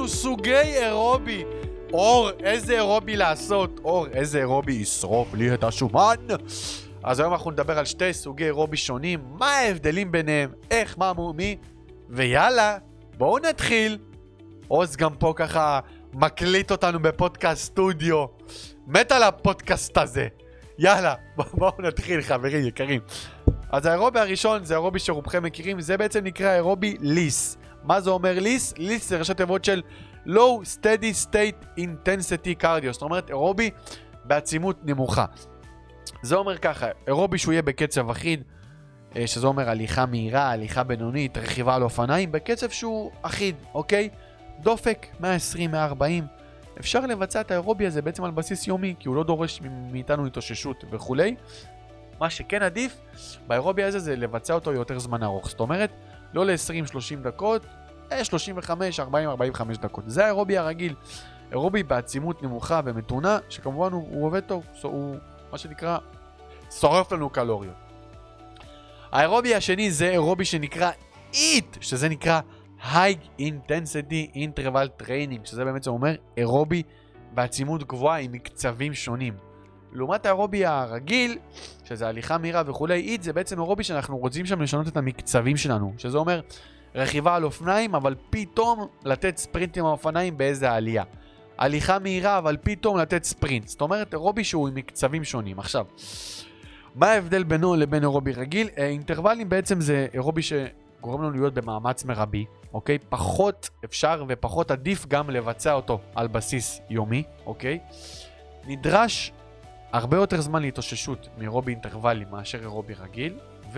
סוגי אירובי. אור, איזה אירובי לעשות? אור, איזה אירובי ישרוף לי את השומן? אז היום אנחנו נדבר על שתי סוגי אירובי שונים, מה ההבדלים ביניהם, איך, מה, מי, ויאללה, בואו נתחיל. עוז גם פה ככה מקליט אותנו בפודקאסט סטודיו, מת על הפודקאסט הזה. יאללה, בואו נתחיל חברים יקרים. אז האירובי הראשון זה אירובי שרובכם מכירים, זה בעצם נקרא אירובי ליס. מה זה אומר ליס? ליס זה ראשי תיבות של Low Steady State Intensity Cardio, זאת אומרת אירובי בעצימות נמוכה. זה אומר ככה, אירובי שהוא יהיה בקצב אחיד, שזה אומר הליכה מהירה, הליכה בינונית, רכיבה על אופניים, בקצב שהוא אחיד, אוקיי? דופק 120, 140. אפשר לבצע את האירובי הזה בעצם על בסיס יומי, כי הוא לא דורש מאיתנו התאוששות וכולי. מה שכן עדיף באירובי הזה זה לבצע אותו יותר זמן ארוך, זאת אומרת, לא ל-20-30 דקות, 35, 40, 45 דקות. זה האירובי הרגיל. אירובי בעצימות נמוכה ומתונה, שכמובן הוא עובד טוב, הוא מה שנקרא, שורף לנו קלוריות. האירובי השני זה אירובי שנקרא EAT, שזה נקרא High Intensity Interval Training, שזה באמת זה אומר אירובי בעצימות גבוהה עם מקצבים שונים. לעומת האירובי הרגיל, שזה הליכה מהירה וכולי, EAT זה בעצם אירובי שאנחנו רוצים שם לשנות את המקצבים שלנו, שזה אומר רכיבה על אופניים, אבל פתאום לתת ספרינטים על אופניים באיזה עלייה. הליכה מהירה, אבל פתאום לתת ספרינט. זאת אומרת, אירובי שהוא עם מקצבים שונים. עכשיו, מה ההבדל בינו לבין אירובי רגיל? אינטרוולים בעצם זה אירובי שגורם לנו להיות במאמץ מרבי, אוקיי? פחות אפשר ופחות עדיף גם לבצע אותו על בסיס יומי, אוקיי? נדרש הרבה יותר זמן להתאוששות מאירובי אינטרוולים מאשר אירובי רגיל,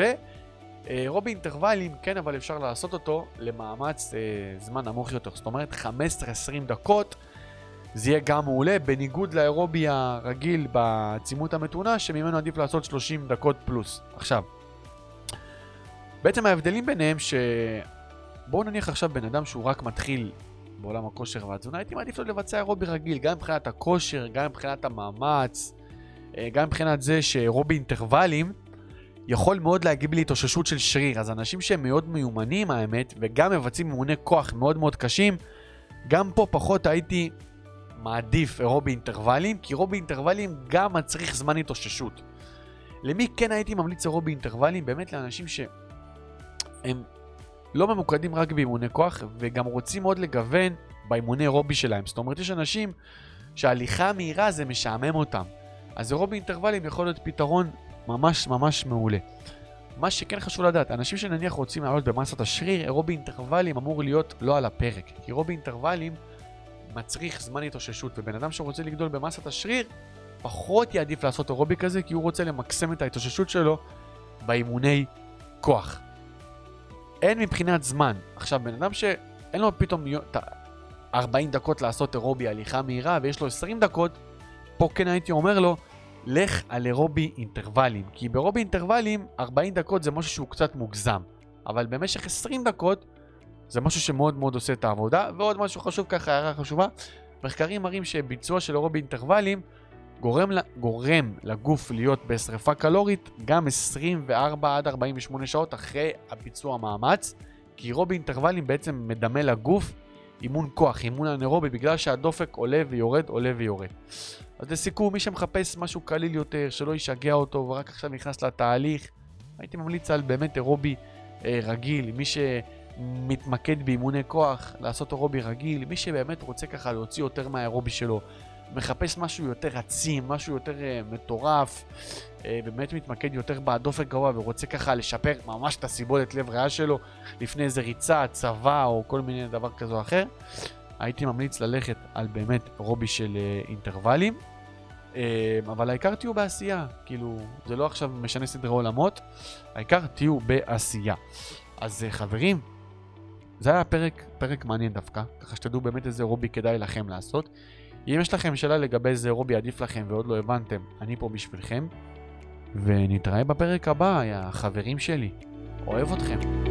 אירובי אינטרוולים, כן, אבל אפשר לעשות אותו למאמץ זמן נמוך יותר. זאת אומרת, 15-20 דקות זה יהיה גם מעולה, בניגוד לאירובי הרגיל בעצימות המתונה, שממנו עדיף לעשות 30 דקות פלוס. עכשיו, בעצם ההבדלים ביניהם בואו נניח עכשיו בן אדם שהוא רק מתחיל בעולם הכושר והתזונה, הייתי מעדיף לו לבצע אירובי רגיל, גם מבחינת הכושר, גם מבחינת המאמץ, גם מבחינת זה שאירובי אינטרוולים, יכול מאוד להגיב לי התאוששות של שריר. אז אנשים שהם מאוד מיומנים האמת, וגם מבצעים אימוני כוח מאוד מאוד קשים, גם פה פחות הייתי מעדיף אירובי אינטרוולים, כי אירובי אינטרוולים גם מצריך זמן התאוששות. למי כן הייתי ממליץ אירובי אינטרוולים? באמת לאנשים שהם לא ממוקדים רק באימוני כוח, וגם רוצים מאוד לגוון באימוני אירובי שלהם. זאת אומרת, יש אנשים שההליכה מהירה זה משעמם אותם. אז אירובי אינטרוולים יכול להיות פתרון ממש ממש מעולה. מה שכן חשוב לדעת, אנשים שנניח רוצים לעלות במסת השריר, אירובי אינטרוולים אמור להיות לא על הפרק. כי אירובי אינטרוולים מצריך זמן התאוששות, ובן אדם שרוצה לגדול במסת השריר, פחות יעדיף לעשות אירובי כזה, כי הוא רוצה למקסם את ההתאוששות שלו באימוני כוח. אין מבחינת זמן. עכשיו, בן אדם שאין לו פתאום 40 דקות לעשות אירובי הליכה מהירה, ויש לו 20 דקות, פה כן הייתי אומר לו, לך על אירובי אינטרוולים, כי באירובי אינטרוולים 40 דקות זה משהו שהוא קצת מוגזם, אבל במשך 20 דקות זה משהו שמאוד מאוד עושה את העבודה. ועוד משהו חשוב ככה, הערה חשובה, מחקרים מראים שביצוע של אירובי אינטרוולים גורם לגוף להיות בשריפה קלורית גם 24 עד 48 שעות אחרי הביצוע המאמץ, כי אירובי אינטרוולים בעצם מדמה לגוף אימון כוח, אימון אנאירובי, בגלל שהדופק עולה ויורד, עולה ויורד. אז לסיכום, מי שמחפש משהו קליל יותר, שלא ישגע אותו ורק עכשיו נכנס לתהליך, הייתי ממליץ על באמת אירובי רגיל. מי שמתמקד באימוני כוח, לעשות אירובי רגיל. מי שבאמת רוצה ככה להוציא יותר מהאירובי שלו, מחפש משהו יותר עצים, משהו יותר מטורף, באמת מתמקד יותר בדופק גבוה ורוצה ככה לשפר ממש את הסיבולת לב ריאה שלו לפני איזה ריצה, צבא או כל מיני דבר כזה או אחר, הייתי ממליץ ללכת על באמת אירובי של אינטרוולים. אבל העיקר תהיו בעשייה, כאילו זה לא עכשיו משנה סדרי עולמות, העיקר תהיו בעשייה. אז חברים, זה היה פרק מעניין דווקא, ככה שתדעו באמת איזה אירובי כדאי לכם לעשות. אם יש לכם שאלה לגבי איזה אירובי עדיף לכם ועוד לא הבנתם, אני פה בשבילכם, ונתראה בפרק הבא, יא חברים שלי, אוהב אתכם.